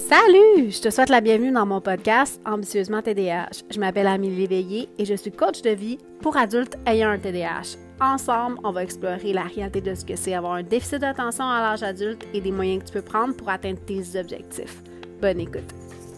Salut! Je te souhaite la bienvenue dans mon podcast Ambitieusement TDAH. Je m'appelle Amélie Léveillé et je suis coach de vie pour adultes ayant un TDAH. Ensemble, on va explorer la réalité de ce que c'est avoir un déficit d'attention à l'âge adulte et des moyens que tu peux prendre pour atteindre tes objectifs. Bonne écoute!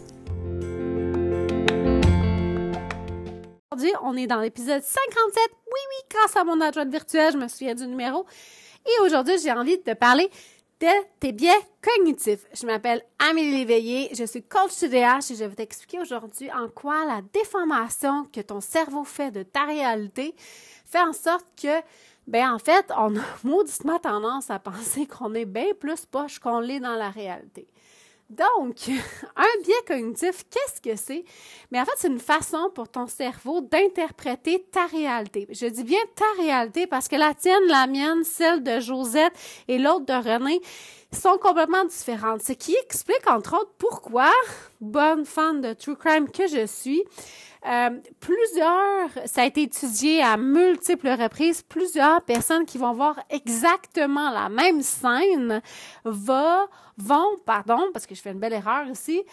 Aujourd'hui, on est dans l'épisode 57. Oui, grâce à mon adjointe virtuelle, je me souviens du numéro. Et aujourd'hui, j'ai envie de te parler de tes biais cognitifs. Je m'appelle Amélie Léveillé, je suis coach TDAH et je vais t'expliquer aujourd'hui en quoi la déformation que ton cerveau fait de ta réalité fait en sorte que, en fait, on a mauditement tendance à penser qu'on est bien plus poche qu'on l'est dans la réalité. Donc, un biais cognitif, qu'est-ce que c'est? Mais en fait, c'est une façon pour ton cerveau d'interpréter ta réalité. Je dis bien ta réalité parce que la tienne, la mienne, celle de Josette et l'autre de René sont complètement différentes. Ce qui explique, entre autres, pourquoi, bonne fan de True Crime que je suis, ça a été étudié à multiples reprises, plusieurs personnes qui vont voir exactement la même scène parce que je fais une belle erreur ici,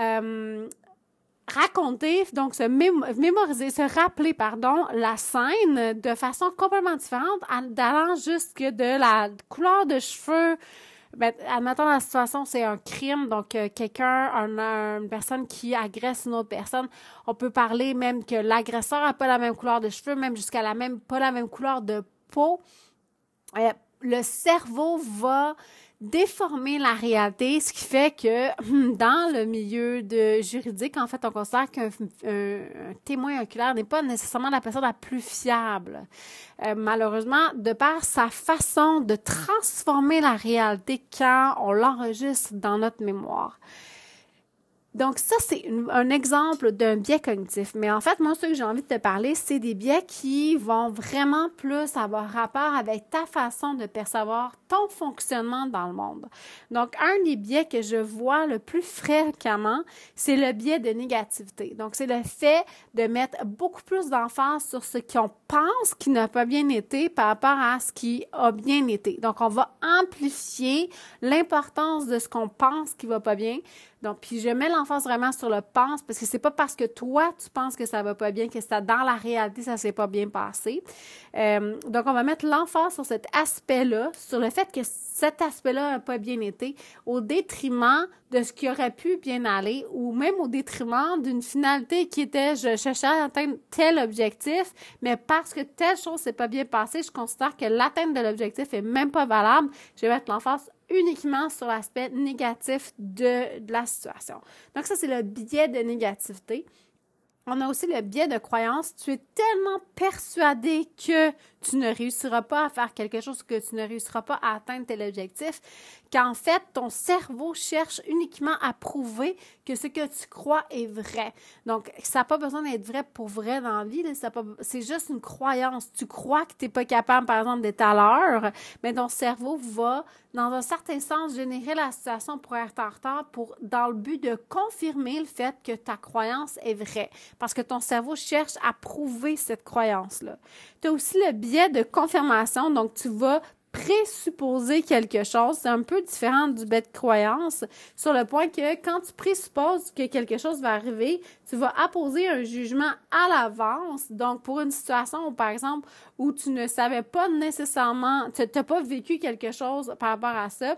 raconter, donc se rappeler, la scène de façon complètement différente, allant jusque de la couleur de cheveux. Admettons la situation, c'est un crime, donc une personne qui agresse une autre personne. On peut parler même que l'agresseur n'a pas la même couleur de cheveux, même jusqu'à pas la même couleur de peau. Le cerveau va déformer la réalité, ce qui fait que dans le milieu juridique, en fait, on considère qu'un témoin oculaire n'est pas nécessairement la personne la plus fiable. Malheureusement, de par sa façon de transformer la réalité quand on l'enregistre dans notre mémoire. Donc ça, c'est un exemple d'un biais cognitif. Mais en fait, moi, ce que j'ai envie de te parler, c'est des biais qui vont vraiment plus avoir rapport avec ta façon de percevoir ton fonctionnement dans le monde. Donc, un des biais que je vois le plus fréquemment, c'est le biais de négativité. Donc, c'est le fait de mettre beaucoup plus d'emphase sur ce qu'on pense qui n'a pas bien été par rapport à ce qui a bien été. Donc, on va amplifier l'importance de ce qu'on pense qui va pas bien. Donc, puis je mets l'emphase vraiment sur le pense parce que c'est pas parce que toi, tu penses que ça va pas bien que ça, dans la réalité, ça s'est pas bien passé. Donc, on va mettre l'emphase sur cet aspect-là, sur le fait que cet aspect-là n'a pas bien été, au détriment de ce qui aurait pu bien aller ou même au détriment d'une finalité qui était je cherchais à atteindre tel objectif, mais parce que telle chose s'est pas bien passée, je considère que l'atteinte de l'objectif est même pas valable. Je vais mettre l'emphase uniquement sur l'aspect négatif de la situation. Donc ça, c'est le biais de négativité. On a aussi le biais de croyance. Tu es tellement persuadé que tu ne réussiras pas à faire quelque chose, que tu ne réussiras pas à atteindre tel objectif, qu'en fait, ton cerveau cherche uniquement à prouver que ce que tu crois est vrai. Donc, ça n'a pas besoin d'être vrai pour vrai dans la vie. C'est juste une croyance. Tu crois que tu n'es pas capable, par exemple, d'être à l'heure, mais ton cerveau va, dans un certain sens, générer la situation pour être en retard dans le but de confirmer le fait que ta croyance est vraie. Parce que ton cerveau cherche à prouver cette croyance-là. Tu as aussi le biais de confirmation, donc tu vas présupposer quelque chose. C'est un peu différent du biais de croyance, sur le point que quand tu présupposes que quelque chose va arriver, tu vas apposer un jugement à l'avance. Donc, pour une situation où, par exemple, où tu ne savais pas nécessairement, tu n'as pas vécu quelque chose par rapport à ça,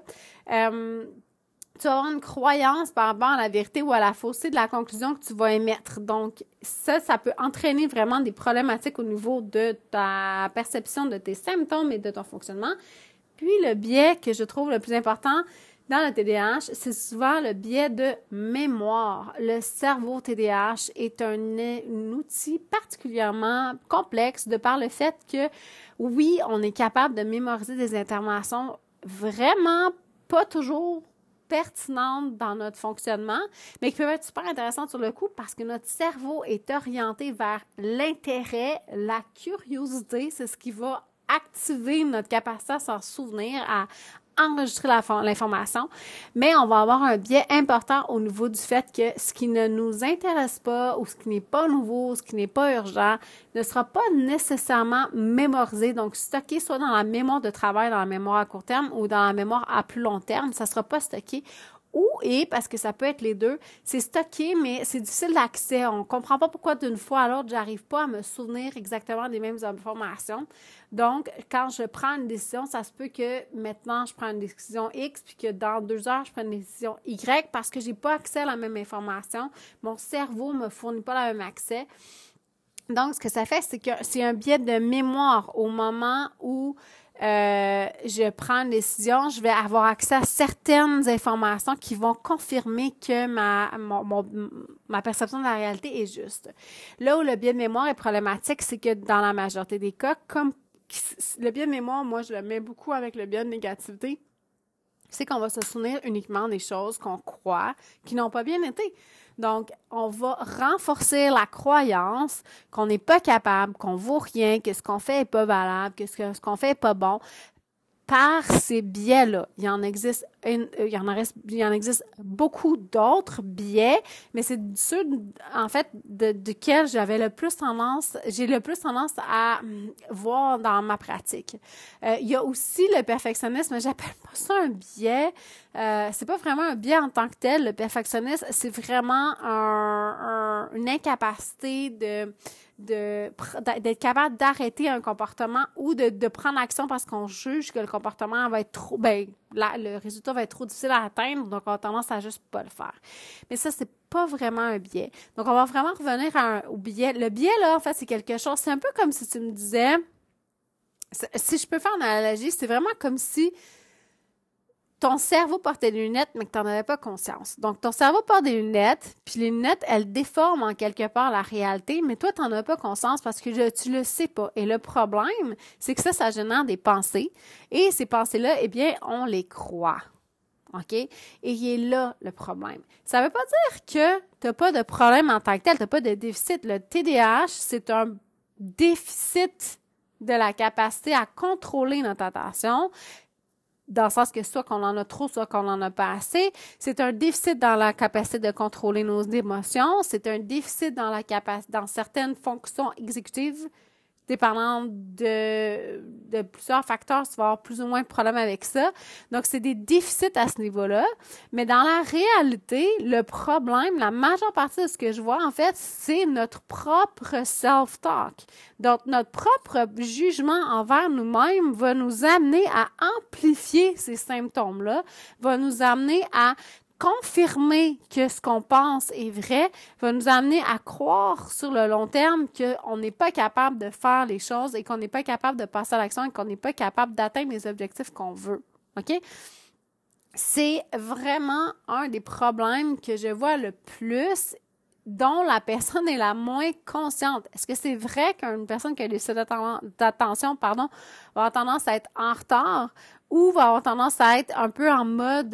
tu vas avoir une croyance par rapport à la vérité ou à la fausseté de la conclusion que tu vas émettre. Donc, ça peut entraîner vraiment des problématiques au niveau de ta perception de tes symptômes et de ton fonctionnement. Puis, le biais que je trouve le plus important dans le TDAH, c'est souvent le biais de mémoire. Le cerveau TDAH est un outil particulièrement complexe de par le fait que, oui, on est capable de mémoriser des informations vraiment pas toujours pertinentes dans notre fonctionnement, mais qui peuvent être super intéressantes sur le coup parce que notre cerveau est orienté vers l'intérêt, la curiosité, c'est ce qui va activer notre capacité à s'en souvenir, à enregistrer l'information, mais on va avoir un biais important au niveau du fait que ce qui ne nous intéresse pas ou ce qui n'est pas nouveau, ce qui n'est pas urgent, ne sera pas nécessairement mémorisé, donc stocké soit dans la mémoire de travail, dans la mémoire à court terme ou dans la mémoire à plus long terme, ça ne sera pas stocké Parce que ça peut être les deux, c'est stocké, mais c'est difficile d'accès. On ne comprend pas pourquoi d'une fois à l'autre, j'arrive pas à me souvenir exactement des mêmes informations. Donc, quand je prends une décision, ça se peut que maintenant, je prends une décision X, puis que dans 2 heures, je prends une décision Y parce que j'ai pas accès à la même information. Mon cerveau me fournit pas le même accès. Donc, ce que ça fait, c'est que c'est un biais de mémoire au moment où je prends une décision, je vais avoir accès à certaines informations qui vont confirmer que ma perception de la réalité est juste. Là où le biais de mémoire est problématique, c'est que dans la majorité des cas, comme le biais de mémoire, moi, je le mets beaucoup avec le biais de négativité, c'est qu'on va se souvenir uniquement des choses qu'on croit qui n'ont pas bien été. Donc, on va renforcer la croyance qu'on n'est pas capable, qu'on vaut rien, que ce qu'on fait n'est pas valable, que ce qu'on fait n'est pas bon. Par ces biais-là, il y en existe beaucoup d'autres biais, mais c'est ceux, en fait, desquels j'ai le plus tendance à voir dans ma pratique. Il y a aussi le perfectionnisme, j'appelle pas ça un biais, c'est pas vraiment un biais en tant que tel. Le perfectionnisme, c'est vraiment une incapacité d'être capable d'arrêter un comportement ou de prendre action parce qu'on juge que le comportement va être trop, le résultat va être trop difficile à atteindre, donc on a tendance à juste pas le faire. Mais ça, c'est pas vraiment un biais. Donc, on va vraiment revenir au biais. Le biais, là, en fait, c'est quelque chose, c'est un peu comme si tu me disais, si je peux faire une analogie, c'est vraiment comme si ton cerveau portait des lunettes, mais que tu n'en avais pas conscience. Donc, ton cerveau porte des lunettes, puis les lunettes, elles déforment en quelque part la réalité, mais toi, tu n'en as pas conscience parce que tu le sais pas. Et le problème, c'est que ça génère des pensées. Et ces pensées-là, eh bien, on les croit. OK? Et il est là le problème. Ça ne veut pas dire que tu n'as pas de problème en tant que tel, tu n'as pas de déficit. Le TDAH, c'est un déficit de la capacité à contrôler notre attention, dans le sens que soit qu'on en a trop, soit qu'on en a pas assez. C'est un déficit dans la capacité de contrôler nos émotions. C'est un déficit dans certaines fonctions exécutives, dépendant de plusieurs facteurs, tu vas avoir plus ou moins de problèmes avec ça. Donc, c'est des déficits à ce niveau-là. Mais dans la réalité, le problème, la majeure partie de ce que je vois, en fait, c'est notre propre self-talk. Donc, notre propre jugement envers nous-mêmes va nous amener à amplifier ces symptômes-là, va nous amener à confirmer que ce qu'on pense est vrai, va nous amener à croire sur le long terme qu'on n'est pas capable de faire les choses et qu'on n'est pas capable de passer à l'action et qu'on n'est pas capable d'atteindre les objectifs qu'on veut. OK? C'est vraiment un des problèmes que je vois le plus, dont la personne est la moins consciente. Est-ce que c'est vrai qu'une personne qui a des déficits d'attention, va avoir tendance à être en retard ou va avoir tendance à être un peu en mode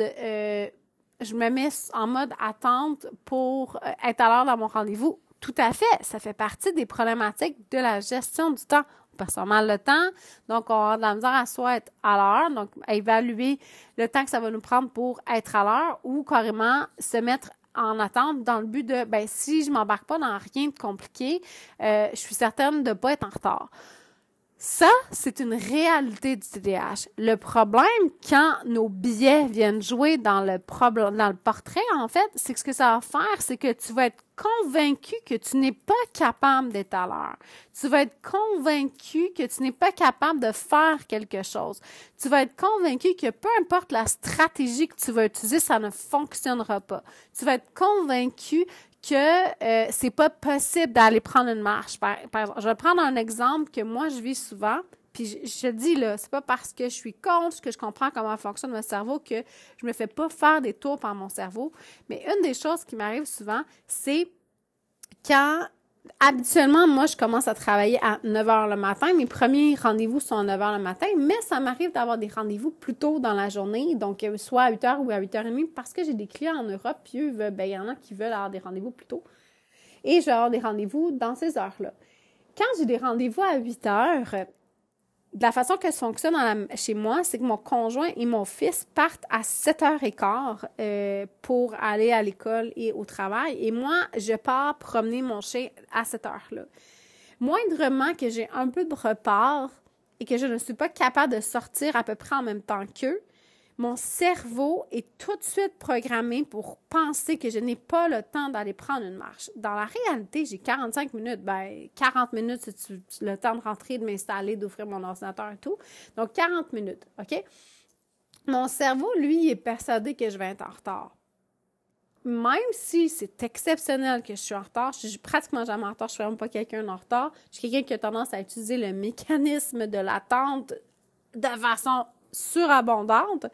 je me mets en mode attente pour être à l'heure dans mon rendez-vous? Tout à fait. Ça fait partie des problématiques de la gestion du temps. On passe pas mal le temps, donc on a de la misère à soit être à l'heure, donc à évaluer le temps que ça va nous prendre pour être à l'heure ou carrément se mettre en attente dans le but de, si je m'embarque pas dans rien de compliqué, je suis certaine de ne pas être en retard. Ça, c'est une réalité du TDAH. Le problème, quand nos biais viennent jouer dans le portrait, en fait, c'est que ce que ça va faire, c'est que tu vas être convaincu que tu n'es pas capable d'être à l'heure. Tu vas être convaincu que tu n'es pas capable de faire quelque chose. Tu vas être convaincu que peu importe la stratégie que tu vas utiliser, ça ne fonctionnera pas. Tu vas être convaincu que c'est pas possible d'aller prendre une marche. Par exemple, je vais prendre un exemple que moi, je vis souvent, puis je te dis, là, c'est pas parce que je suis contre, que je comprends comment fonctionne mon cerveau, que je me fais pas faire des tours par mon cerveau. Mais une des choses qui m'arrive souvent, c'est quand, habituellement, moi, je commence à travailler à 9 h le matin. Mes premiers rendez-vous sont à 9 h le matin, mais ça m'arrive d'avoir des rendez-vous plus tôt dans la journée, donc soit à 8 h ou à 8 h 30, parce que j'ai des clients en Europe, puis eux, il y en a qui veulent avoir des rendez-vous plus tôt. Et je vais avoir des rendez-vous dans ces heures-là. Quand j'ai des rendez-vous à 8 h, de la façon que ça fonctionne chez moi, c'est que mon conjoint et mon fils partent à 7 h 15 pour aller à l'école et au travail. Et moi, je pars promener mon chien à cette heure-là. Moindrement que j'ai un peu de retard et que je ne suis pas capable de sortir à peu près en même temps qu'eux, mon cerveau est tout de suite programmé pour penser que je n'ai pas le temps d'aller prendre une marche. Dans la réalité, j'ai 45 minutes. 40 minutes, c'est le temps de rentrer, de m'installer, d'ouvrir mon ordinateur et tout. Donc, 40 minutes, OK? Mon cerveau, lui, est persuadé que je vais être en retard. Même si c'est exceptionnel que je suis en retard, je suis pratiquement jamais en retard, je ne suis vraiment pas quelqu'un en retard. Je suis quelqu'un qui a tendance à utiliser le mécanisme de l'attente de façon surabondante.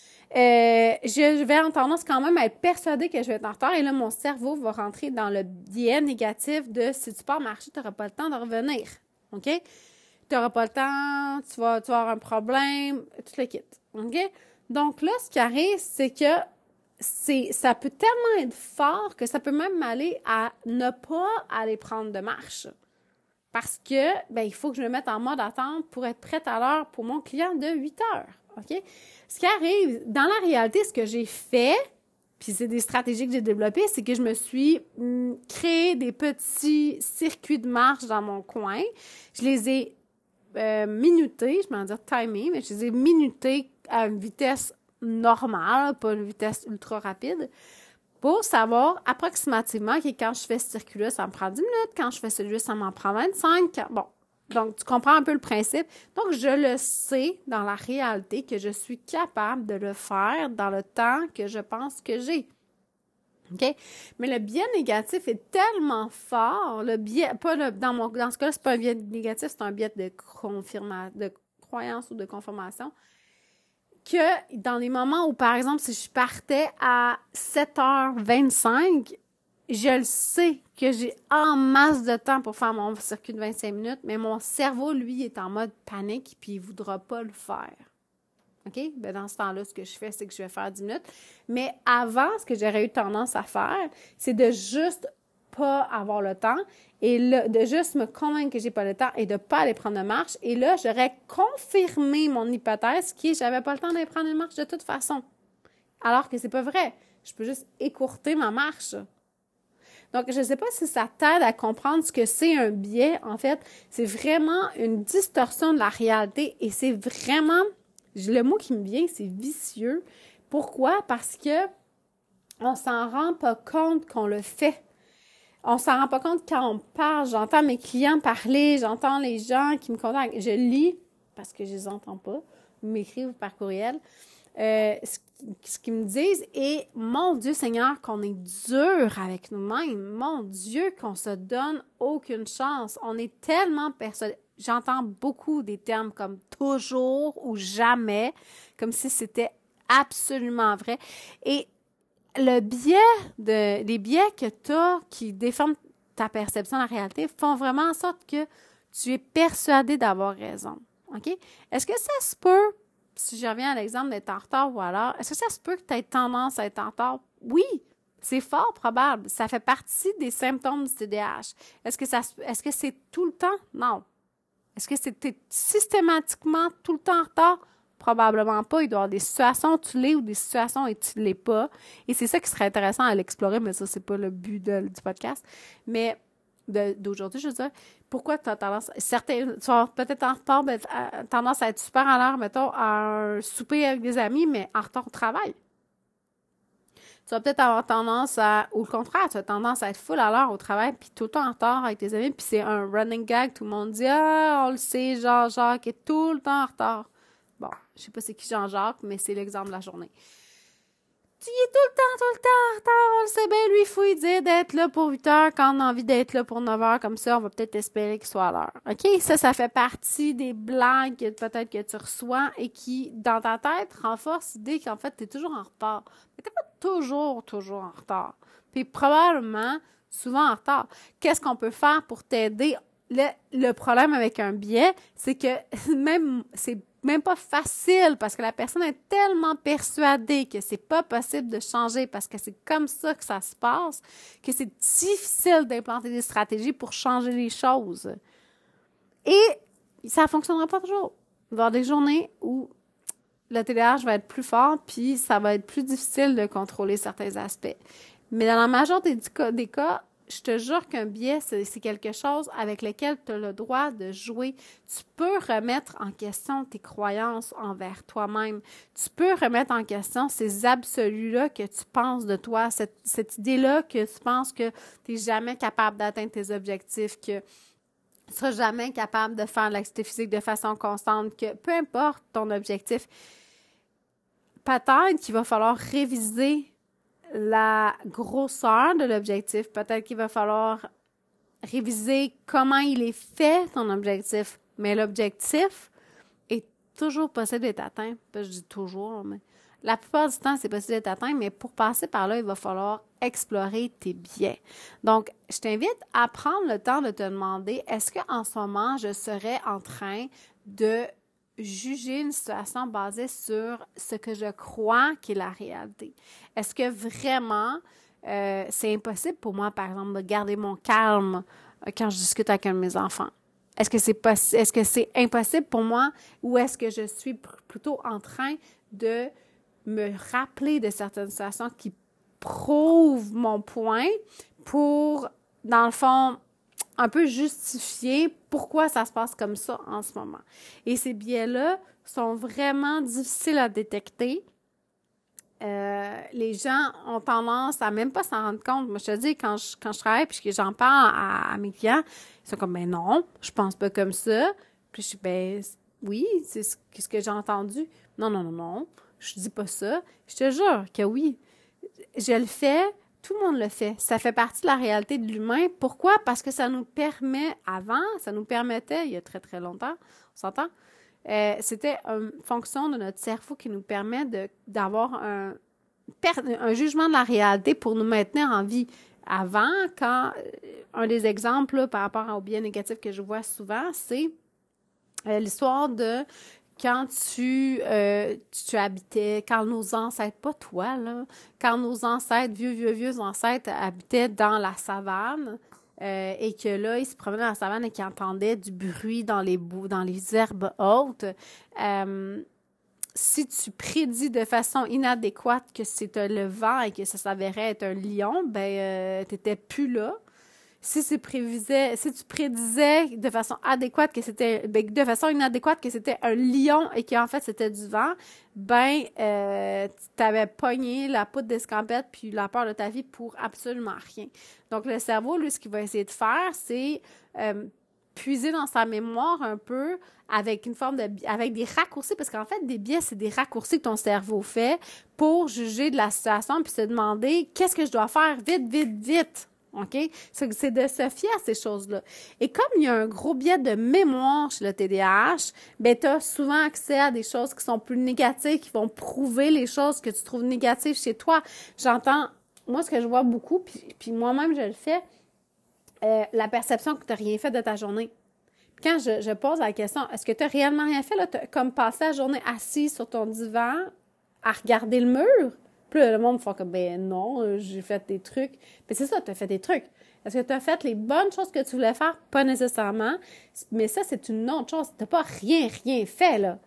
Je vais en tendance quand même à être persuadée que je vais être en retard. Et là, mon cerveau va rentrer dans le biais négatif de si tu pars marcher, tu n'auras pas le temps de revenir. OK? Tu n'auras pas le temps, tu vas avoir un problème, tu le quittes. OK? Donc là, ce qui arrive, c'est que ça peut tellement être fort que ça peut même m'aller à ne pas aller prendre de marche. Parce que, il faut que je me mette en mode attente pour être prête à l'heure pour mon client de 8 heures. OK? Ce qui arrive, dans la réalité, ce que j'ai fait, puis c'est des stratégies que j'ai développées, c'est que je me suis créé des petits circuits de marche dans mon coin. Je les ai minutés, je vais en dire timés, mais je les ai minutés à une vitesse normale, pas une vitesse ultra rapide, pour savoir approximativement que quand je fais ce circuit-là, ça me prend 10 minutes, quand je fais celui-là, ça m'en prend 25. Bon, donc tu comprends un peu le principe. Donc, je le sais dans la réalité que je suis capable de le faire dans le temps que je pense que j'ai. OK? Mais le biais négatif est tellement fort, dans ce cas-là, c'est pas un biais négatif, c'est un biais de croyance ou de confirmation, que dans les moments où, par exemple, si je partais à 7h25, je le sais que j'ai en masse de temps pour faire mon circuit de 25 minutes, mais mon cerveau, lui, est en mode panique puis il ne voudra pas le faire. OK? Dans ce temps-là, ce que je fais, c'est que je vais faire 10 minutes. Mais avant, ce que j'aurais eu tendance à faire, c'est de juste pas avoir le temps et là, de juste me convaincre que j'ai pas le temps et de pas aller prendre une marche. Et là, j'aurais confirmé mon hypothèse qui est j'avais pas le temps d'aller prendre une marche de toute façon. Alors que c'est pas vrai. Je peux juste écourter ma marche. Donc, je ne sais pas si ça t'aide à comprendre ce que c'est un biais. En fait, c'est vraiment une distorsion de la réalité et c'est vraiment, le mot qui me vient, c'est vicieux. Pourquoi? Parce que on s'en rend pas compte qu'on le fait. On s'en rend pas compte quand on parle. J'entends mes clients parler, j'entends les gens qui me contactent. Je lis, parce que je les entends pas, ils m'écrivent par courriel, ce qu'ils me disent. Et mon Dieu Seigneur, qu'on est dur avec nous-mêmes. Mon Dieu, qu'on se donne aucune chance. On est tellement persuadés. J'entends beaucoup des termes comme « toujours » ou « jamais », comme si c'était absolument vrai. Et les biais que tu as qui déforment ta perception de la réalité font vraiment en sorte que tu es persuadé d'avoir raison. OK? Est-ce que ça se peut, si je reviens à l'exemple d'être en retard ou alors, est-ce que ça se peut que tu aies tendance à être en retard? Oui, c'est fort probable. Ça fait partie des symptômes du TDAH. Est-ce que c'est tout le temps? Non. Est-ce que c'est systématiquement tout le temps en retard? Probablement pas. Il doit y avoir des situations où tu l'es ou des situations où tu ne l'es pas. Et c'est ça qui serait intéressant à l'explorer, mais ça, c'est pas le but du podcast. Mais d'aujourd'hui, je veux dire, pourquoi tu as tendance... tu vas peut-être en retard, tendance à être super à l'heure, mettons, à un souper avec des amis, mais en retard au travail. Tu vas peut-être avoir tendance ou le contraire, tu as tendance à être full à l'heure au travail, puis tout le temps en retard avec tes amis, puis c'est un running gag, tout le monde dit « Ah, on le sait, Jean-Jacques est tout le temps en retard. » Bon, je sais pas c'est qui Jean-Jacques, mais c'est l'exemple de la journée. Tu y es tout le temps en retard, on le sait bien, lui, il faut lui dire d'être là pour 8 heures quand on a envie d'être là pour 9 heures, comme ça, on va peut-être espérer qu'il soit à l'heure. OK? Ça fait partie des blagues peut-être que tu reçois et qui, dans ta tête, renforcent l'idée qu'en fait, tu es toujours en retard. Mais tu n'es pas toujours en retard. Puis probablement, souvent en retard. Qu'est-ce qu'on peut faire pour t'aider? Le problème avec un biais, c'est que c'est même pas facile parce que la personne est tellement persuadée que c'est pas possible de changer parce que c'est comme ça que ça se passe que c'est difficile d'implanter des stratégies pour changer les choses. Et ça ne fonctionnera pas toujours. Il va y avoir des journées où le TDAH va être plus fort puis ça va être plus difficile de contrôler certains aspects. Mais dans la majorité des cas, je te jure qu'un biais, c'est quelque chose avec lequel tu as le droit de jouer. Tu peux remettre en question tes croyances envers toi-même. Tu peux remettre en question ces absolus-là que tu penses de toi, cette idée-là que tu penses que tu n'es jamais capable d'atteindre tes objectifs, que tu ne seras jamais capable de faire l'activité physique de façon constante, que peu importe ton objectif, peut-être qu'il va falloir réviser la grosseur de l'objectif. Peut-être qu'il va falloir réviser comment il est fait, ton objectif. Mais l'objectif est toujours possible d'être atteint. Je dis toujours, mais la plupart du temps, c'est possible d'être atteint, mais pour passer par là, il va falloir explorer tes biais. Donc, je t'invite à prendre le temps de te demander, est-ce qu'en ce moment, je serais en train de juger une situation basée sur ce que je crois qui est la réalité? Est-ce que vraiment c'est impossible pour moi, par exemple, de garder mon calme quand je discute avec un de mes enfants? Est-ce que c'est impossible pour moi ou est-ce que je suis plutôt en train de me rappeler de certaines situations qui prouvent mon point pour, dans le fond, un peu justifier pourquoi ça se passe comme ça en ce moment. Et ces biais-là sont vraiment difficiles à détecter. Les gens ont tendance à même pas s'en rendre compte. Moi, je te dis, quand je travaille puis que j'en parle à mes clients, ils sont comme, ben non, je pense pas comme ça. Puis je dis, ben oui, c'est ce que j'ai entendu. Non, je dis pas ça. Je te jure que oui. Je le fais. Tout le monde le fait. Ça fait partie de la réalité de l'humain. Pourquoi? Parce que ça nous permettait, il y a très, très longtemps, on s'entend? C'était une fonction de notre cerveau qui nous permet d'avoir un jugement de la réalité pour nous maintenir en vie. Avant, un des exemples là, par rapport au biais négatif que je vois souvent, c'est l'histoire de quand tu habitais, quand nos ancêtres, pas toi, là, quand nos ancêtres, vieux ancêtres habitaient dans la savane et que là, ils se promenaient dans la savane et qu'ils entendaient du bruit dans les herbes hautes, si tu prédis de façon inadéquate que c'était le vent et que ça s'avérait être un lion, ben t'étais plus là. Si tu prédisais de façon adéquate de façon inadéquate que c'était un lion et qu'en fait c'était du vent, tu t'avais pogné la poudre d'escampette puis la peur de ta vie pour absolument rien. Donc le cerveau, lui, ce qu'il va essayer de faire, c'est puiser dans sa mémoire un peu avec avec des raccourcis, parce qu'en fait, des biais, c'est des raccourcis que ton cerveau fait pour juger de la situation puis se demander qu'est-ce que je dois faire vite. OK? C'est de se fier à ces choses-là. Et comme il y a un gros biais de mémoire chez le TDAH, ben tu as souvent accès à des choses qui sont plus négatives, qui vont prouver les choses que tu trouves négatives chez toi. Moi, ce que je vois beaucoup, puis moi-même, je le fais, la perception que tu n'as rien fait de ta journée. Puis quand je pose la question, est-ce que tu n'as réellement rien fait? Là, comme passer la journée assis sur ton divan à regarder le mur? Puis là, le monde me fait comme, ben non, j'ai fait des trucs. Puis c'est ça, tu as fait des trucs. Est-ce que tu as fait les bonnes choses que tu voulais faire? Pas nécessairement. Mais ça, c'est une autre chose. Tu n'as pas rien fait, là.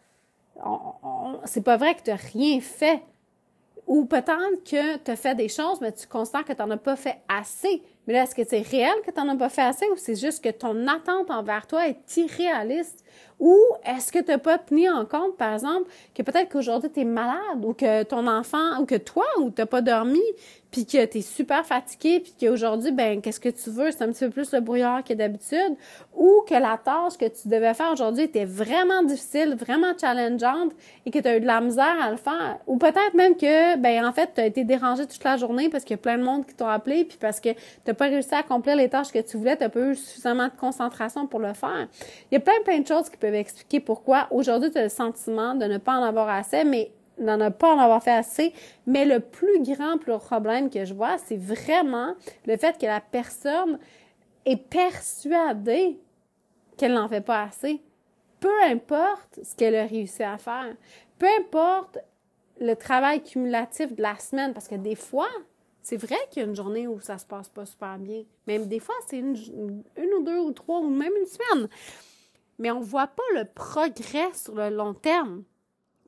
C'est pas vrai que tu n'as rien fait. Ou peut-être que tu as fait des choses, mais tu constates que tu n'en as pas fait assez. Mais là, est-ce que c'est réel que tu n'en as pas fait assez ou c'est juste que ton attente envers toi est irréaliste? Ou est-ce que tu n'as pas tenu en compte, par exemple, que peut-être qu'aujourd'hui tu es malade ou que ton enfant, ou que toi, ou tu n'as pas dormi, puis que tu es super fatigué, puis qu'aujourd'hui, ben qu'est-ce que tu veux? C'est un petit peu plus le brouillard que d'habitude. Ou que la tâche que tu devais faire aujourd'hui était vraiment difficile, vraiment challengeante et que tu as eu de la misère à le faire. Ou peut-être même que, ben en fait, tu as été dérangé toute la journée parce qu'il y a plein de monde qui t'ont appelé, puis parce que tu n'as pas réussi à accomplir les tâches que tu voulais, tu n'as pas eu suffisamment de concentration pour le faire. Il y a plein de choses qui peuvent expliquer pourquoi aujourd'hui tu as le sentiment de ne pas en avoir assez, mais n'en pas en avoir fait assez, mais le plus grand problème que je vois, c'est vraiment le fait que la personne est persuadée qu'elle n'en fait pas assez. Peu importe ce qu'elle a réussi à faire, peu importe le travail cumulatif de la semaine, parce que des fois, c'est vrai qu'il y a une journée où ça se passe pas super bien. Même des fois, c'est une ou deux ou trois ou même une semaine. Mais on voit pas le progrès sur le long terme.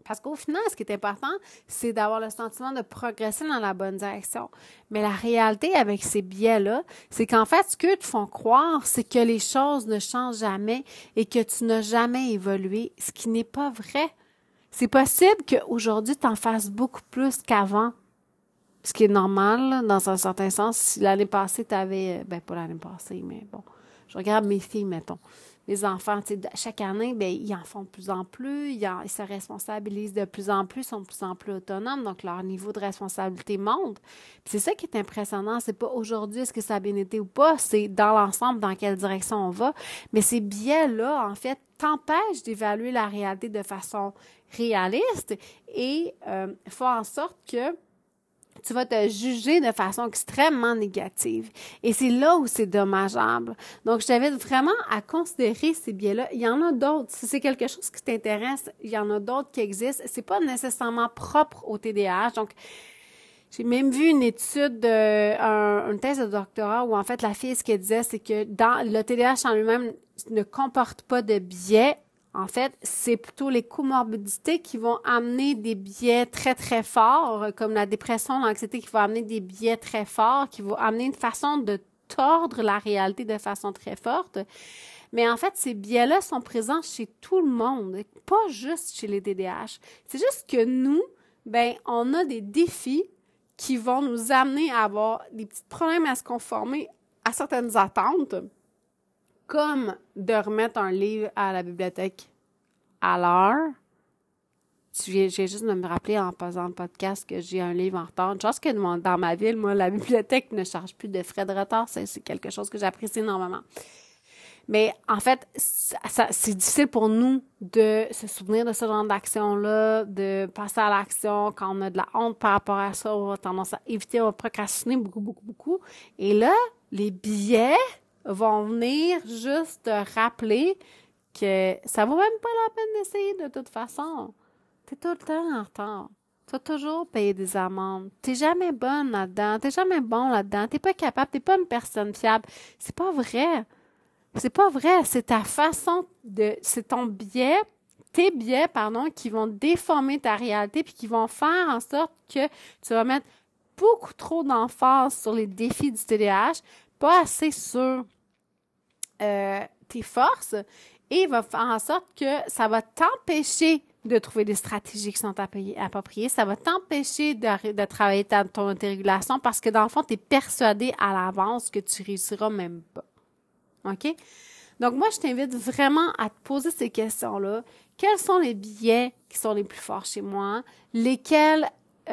Parce qu'au final, ce qui est important, c'est d'avoir le sentiment de progresser dans la bonne direction. Mais la réalité avec ces biais-là, c'est qu'en fait, ce qu'eux te font croire, c'est que les choses ne changent jamais et que tu n'as jamais évolué, ce qui n'est pas vrai. C'est possible qu'aujourd'hui, tu en fasses beaucoup plus qu'avant. Ce qui est normal, là, dans un certain sens. Si l'année passée, tu avais... pas l'année passée, mais bon. Je regarde mes filles, mettons. Les enfants, tu sais, chaque année, ils en font de plus en plus, ils se responsabilisent de plus en plus, sont de plus en plus autonomes, donc leur niveau de responsabilité monte. Puis c'est ça qui est impressionnant, c'est pas aujourd'hui est-ce que ça a bien été ou pas, c'est dans l'ensemble dans quelle direction on va. Mais ces biais-là, en fait, t'empêchent d'évaluer la réalité de façon réaliste et font en sorte que tu vas te juger de façon extrêmement négative. Et c'est là où c'est dommageable. Donc, je t'invite vraiment à considérer ces biais-là. Il y en a d'autres. Si c'est quelque chose qui t'intéresse, il y en a d'autres qui existent. C'est pas nécessairement propre au TDAH. Donc, j'ai même vu une étude, une thèse de doctorat où, en fait, la fille, ce qu'elle disait, c'est que dans le TDAH en lui-même ne comporte pas de biais. En fait, c'est plutôt les comorbidités qui vont amener des biais très, très forts, comme la dépression, l'anxiété, qui vont amener des biais très forts, qui vont amener une façon de tordre la réalité de façon très forte. Mais en fait, ces biais-là sont présents chez tout le monde, pas juste chez les TDAH. C'est juste que nous, on a des défis qui vont nous amener à avoir des petits problèmes à se conformer à certaines attentes, comme de remettre un livre à la bibliothèque à l'heure. J'ai juste de me rappeler en faisant le podcast que j'ai un livre en retard. Une chose que dans ma ville, moi, la bibliothèque ne charge plus de frais de retard. C'est quelque chose que j'apprécie énormément. Mais en fait, c'est difficile pour nous de se souvenir de ce genre d'action-là, de passer à l'action. Quand on a de la honte par rapport à ça, on a tendance à éviter, on va procrastiner beaucoup, beaucoup, beaucoup. Et là, les biais vont venir juste te rappeler que ça vaut même pas la peine d'essayer de toute façon. T'es tout le temps en retard. Tu vas toujours payer des amendes. T'es jamais bonne là-dedans. T'es jamais bon là-dedans. T'es pas capable. T'es pas une personne fiable. C'est pas vrai. C'est pas vrai. C'est ta façon de... C'est ton biais, tes biais, qui vont déformer ta réalité puis qui vont faire en sorte que tu vas mettre beaucoup trop d'emphase sur les défis du TDAH, pas assez sur tes forces, et va faire en sorte que ça va t'empêcher de trouver des stratégies qui sont appropriées. Ça va t'empêcher de travailler ton autorégulation parce que dans le fond, tu es persuadé à l'avance que tu réussiras même pas. OK? Donc, moi, je t'invite vraiment à te poser ces questions-là. Quels sont les biais qui sont les plus forts chez moi? Lesquels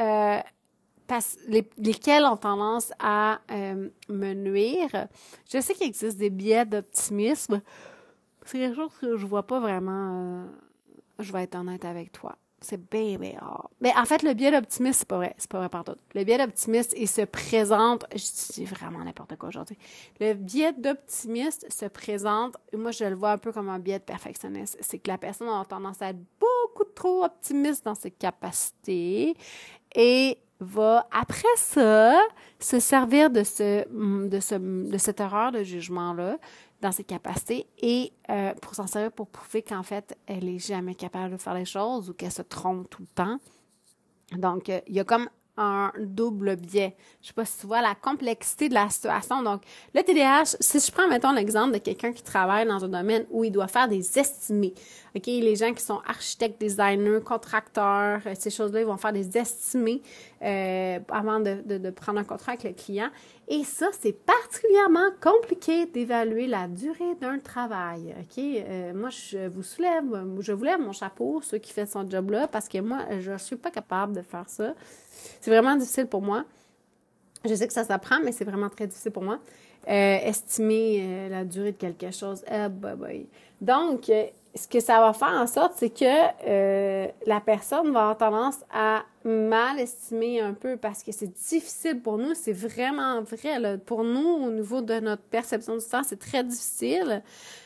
ont tendance à me nuire? Je sais qu'il existe des biais d'optimisme. C'est quelque chose que je vois pas vraiment. Je vais être honnête avec toi. C'est bien, bien rare. Mais en fait, le biais d'optimisme, c'est pas vrai. C'est pas vrai partout. Le biais d'optimiste, il se présente... Je dis vraiment n'importe quoi aujourd'hui. Le biais d'optimiste se présente... Moi, je le vois un peu comme un biais de perfectionniste. C'est que la personne a tendance à être beaucoup trop optimiste dans ses capacités et va, après ça, se servir de cette erreur de jugement-là dans ses capacités et pour s'en servir pour prouver qu'en fait, elle est jamais capable de faire les choses ou qu'elle se trompe tout le temps. Donc, il y a comme un double biais. Je sais pas si tu vois la complexité de la situation. Donc, le TDAH, si je prends, mettons, l'exemple de quelqu'un qui travaille dans un domaine où il doit faire des estimés. OK? Les gens qui sont architectes, designers, contracteurs, ces choses-là, ils vont faire des estimés avant de prendre un contrat avec le client. Et ça, c'est particulièrement compliqué d'évaluer la durée d'un travail. OK? Moi, je vous lève mon chapeau, ceux qui font son job-là, parce que moi, je suis pas capable de faire ça. C'est vraiment difficile pour moi. Je sais que ça s'apprend, mais c'est vraiment très difficile pour moi. Estimer la durée de quelque chose. Donc, ce que ça va faire en sorte, c'est que la personne va avoir tendance à mal estimer un peu parce que c'est difficile pour nous. C'est vraiment vrai. Là. Pour nous, au niveau de notre perception du temps, c'est très difficile.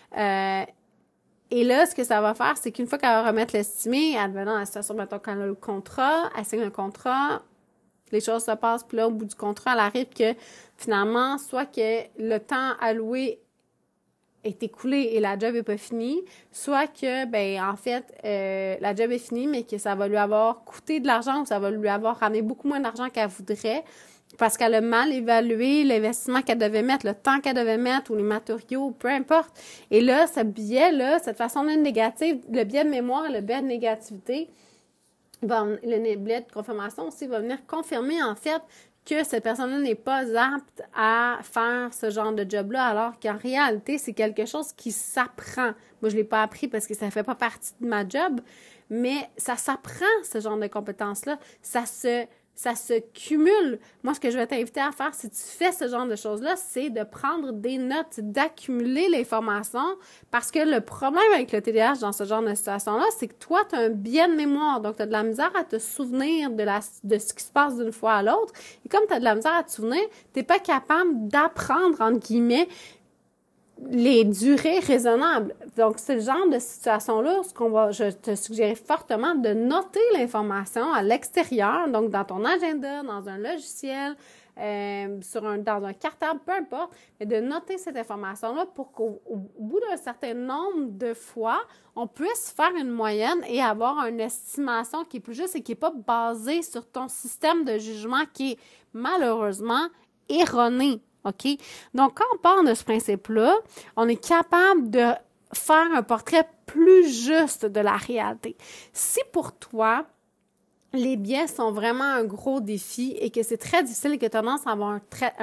Et là, ce que ça va faire, c'est qu'une fois qu'elle va remettre l'estimé, advenant la situation, mettons, quand elle a le contrat, elle signe un contrat, les choses se passent, puis là, au bout du contrat, elle arrive que, finalement, soit que le temps alloué est écoulé et la job est pas finie, soit que, en fait, la job est finie, mais que ça va lui avoir coûté de l'argent ou ça va lui avoir ramené beaucoup moins d'argent qu'elle voudrait parce qu'elle a mal évalué l'investissement qu'elle devait mettre, le temps qu'elle devait mettre ou les matériaux, peu importe. Et là, ce biais-là, cette façon-là négative, le biais de mémoire et le biais de négativité, le biais de confirmation aussi va venir confirmer, en fait, que cette personne-là n'est pas apte à faire ce genre de job-là, alors qu'en réalité, c'est quelque chose qui s'apprend. Moi, je l'ai pas appris parce que ça fait pas partie de ma job, mais ça s'apprend, ce genre de compétences-là. Ça se cumule. Moi, ce que je vais t'inviter à faire, si tu fais ce genre de choses-là, c'est de prendre des notes, d'accumuler l'information, parce que le problème avec le TDAH dans ce genre de situation-là, c'est que toi, tu as un biais de mémoire, donc tu as de la misère à te souvenir de ce qui se passe d'une fois à l'autre, et comme tu as de la misère à te souvenir, tu n'es pas capable d'apprendre, entre guillemets, les durées raisonnables. Donc, c'est le genre de situation-là, je te suggère fortement de noter l'information à l'extérieur, donc dans ton agenda, dans un logiciel, dans un cartable, peu importe, mais de noter cette information-là pour qu'au bout d'un certain nombre de fois, on puisse faire une moyenne et avoir une estimation qui est plus juste et qui n'est pas basée sur ton système de jugement qui est malheureusement erroné. OK? Donc, quand on part de ce principe-là, on est capable de faire un portrait plus juste de la réalité. Si pour toi, les biais sont vraiment un gros défi et que c'est très difficile et que tu as tendance à avoir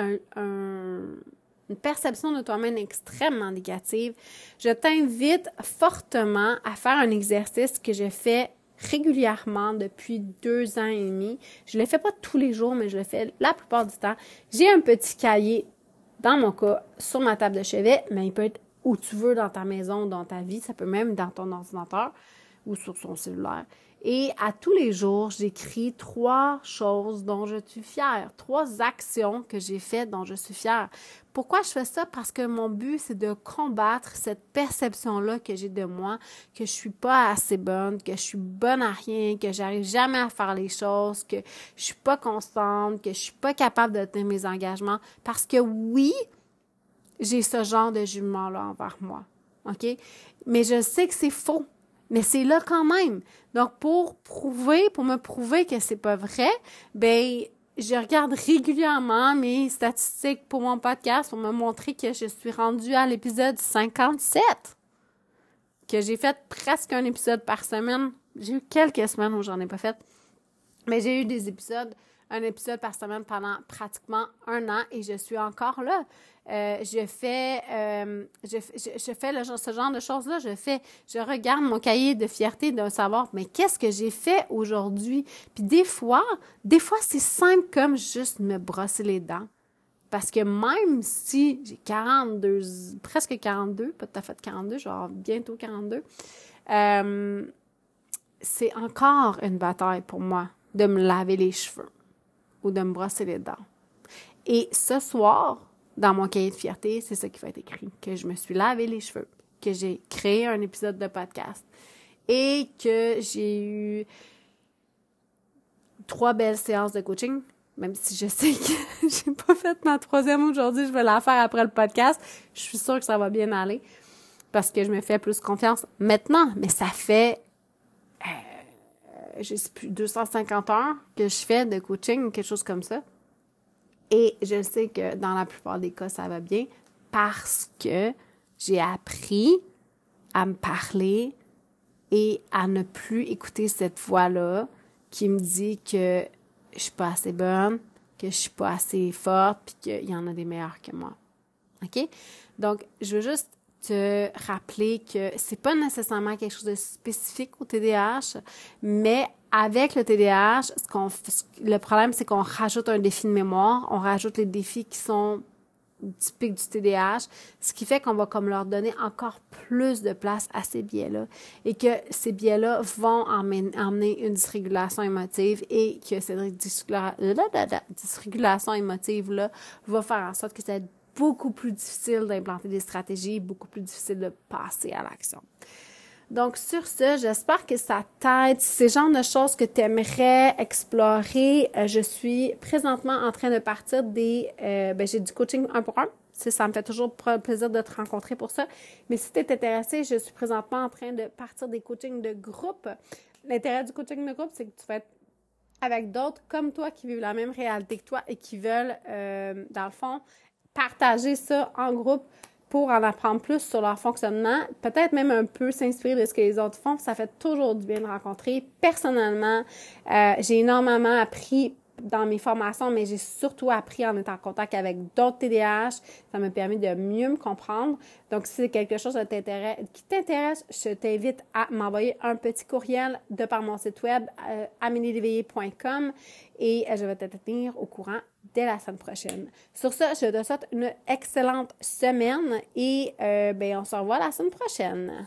une perception de toi-même extrêmement négative, je t'invite fortement à faire un exercice que je fais régulièrement depuis 2 ans et demi. Je le fais pas tous les jours, mais je le fais la plupart du temps. J'ai un petit cahier, dans mon cas, sur ma table de chevet, mais il peut être où tu veux dans ta maison, dans ta vie. Ça peut même être dans ton ordinateur ou sur son cellulaire. Et à tous les jours, j'écris 3 choses dont je suis fière, 3 actions que j'ai faites dont je suis fière. Pourquoi je fais ça? Parce que mon but, c'est de combattre cette perception-là que j'ai de moi, que je suis pas assez bonne, que je suis bonne à rien, que j'arrive jamais à faire les choses, que je suis pas constante, que je suis pas capable de tenir mes engagements. Parce que oui, j'ai ce genre de jugement-là envers moi. OK? Mais je sais que c'est faux. Mais c'est là quand même. Donc, pour me prouver que c'est pas vrai, je regarde régulièrement mes statistiques pour mon podcast pour me montrer que je suis rendue à l'épisode 57. Que j'ai fait presque un épisode par semaine. J'ai eu quelques semaines où j'en ai pas fait. Mais j'ai eu un épisode par semaine pendant pratiquement 1 an et je suis encore là. Je fais ce genre de choses-là. Je regarde mon cahier de fierté de savoir, mais qu'est-ce que j'ai fait aujourd'hui? Puis des fois, c'est simple comme juste me brosser les dents. Parce que même si j'ai presque 42, pas tout à fait 42, genre bientôt 42, c'est encore une bataille pour moi de me laver les cheveux ou de me brosser les dents. Et ce soir, dans mon cahier de fierté, c'est ça qui va être écrit, que je me suis lavé les cheveux, que j'ai créé un épisode de podcast et que j'ai eu 3 belles séances de coaching, même si je sais que j'ai pas fait ma 3e aujourd'hui, je vais la faire après le podcast. Je suis sûre que ça va bien aller parce que je me fais plus confiance maintenant, mais ça fait je sais plus, 250 heures que je fais de coaching, quelque chose comme ça. Et je sais que dans la plupart des cas, ça va bien parce que j'ai appris à me parler et à ne plus écouter cette voix-là qui me dit que je suis pas assez bonne, que je suis pas assez forte, puis qu'il y en a des meilleurs que moi. OK? Donc, je veux juste te rappeler que c'est pas nécessairement quelque chose de spécifique au TDAH, mais avec le TDAH, le problème, c'est qu'on rajoute un défi de mémoire, on rajoute les défis qui sont typiques du TDAH, ce qui fait qu'on va comme leur donner encore plus de place à ces biais-là et que ces biais-là vont emmener une dysrégulation émotive et que cette dysrégulation émotive-là va faire en sorte que ça va être beaucoup plus difficile d'implanter des stratégies, beaucoup plus difficile de passer à l'action. Donc, sur ce, j'espère que ça t'aide. Si c'est le genre de choses que tu aimerais explorer, je suis présentement en train de partir j'ai du coaching 1 pour 1. ça me fait toujours plaisir de te rencontrer pour ça. Mais si tu es intéressé, je suis présentement en train de partir des coachings de groupe. L'intérêt du coaching de groupe, c'est que tu vas être avec d'autres comme toi qui vivent la même réalité que toi et qui veulent, dans le fond, partager ça en groupe pour en apprendre plus sur leur fonctionnement, peut-être même un peu s'inspirer de ce que les autres font. Ça fait toujours du bien de rencontrer. Personnellement, j'ai énormément appris dans mes formations, mais j'ai surtout appris en étant en contact avec d'autres TDAH. Ça m'a permis de mieux me comprendre. Donc, si c'est quelque chose qui t'intéresse, je t'invite à m'envoyer un petit courriel de par mon site web, ameliedéveillé.com, et je vais te tenir au courant dès la semaine prochaine. Sur ce, je te souhaite une excellente semaine et on se revoit la semaine prochaine.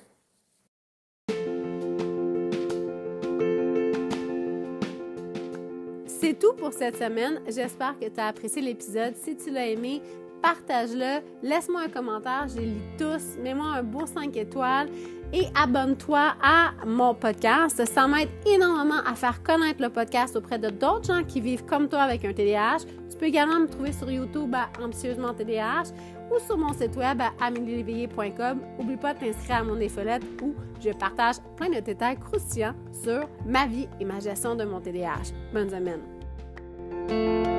C'est tout pour cette semaine. J'espère que tu as apprécié l'épisode. Si tu l'as aimé, partage-le. Laisse-moi un commentaire. Je les lis tous. Mets-moi un beau 5 étoiles et abonne-toi à mon podcast. Ça m'aide énormément à faire connaître le podcast auprès de d'autres gens qui vivent comme toi avec un TDAH. Tu peux également me trouver sur YouTube à Ambitieusement TDAH ou sur mon site web à ameliedéveillé.com. N'oublie pas de t'inscrire à mon infolette où je partage plein de détails croustillants sur ma vie et ma gestion de mon TDAH. Bonne semaine!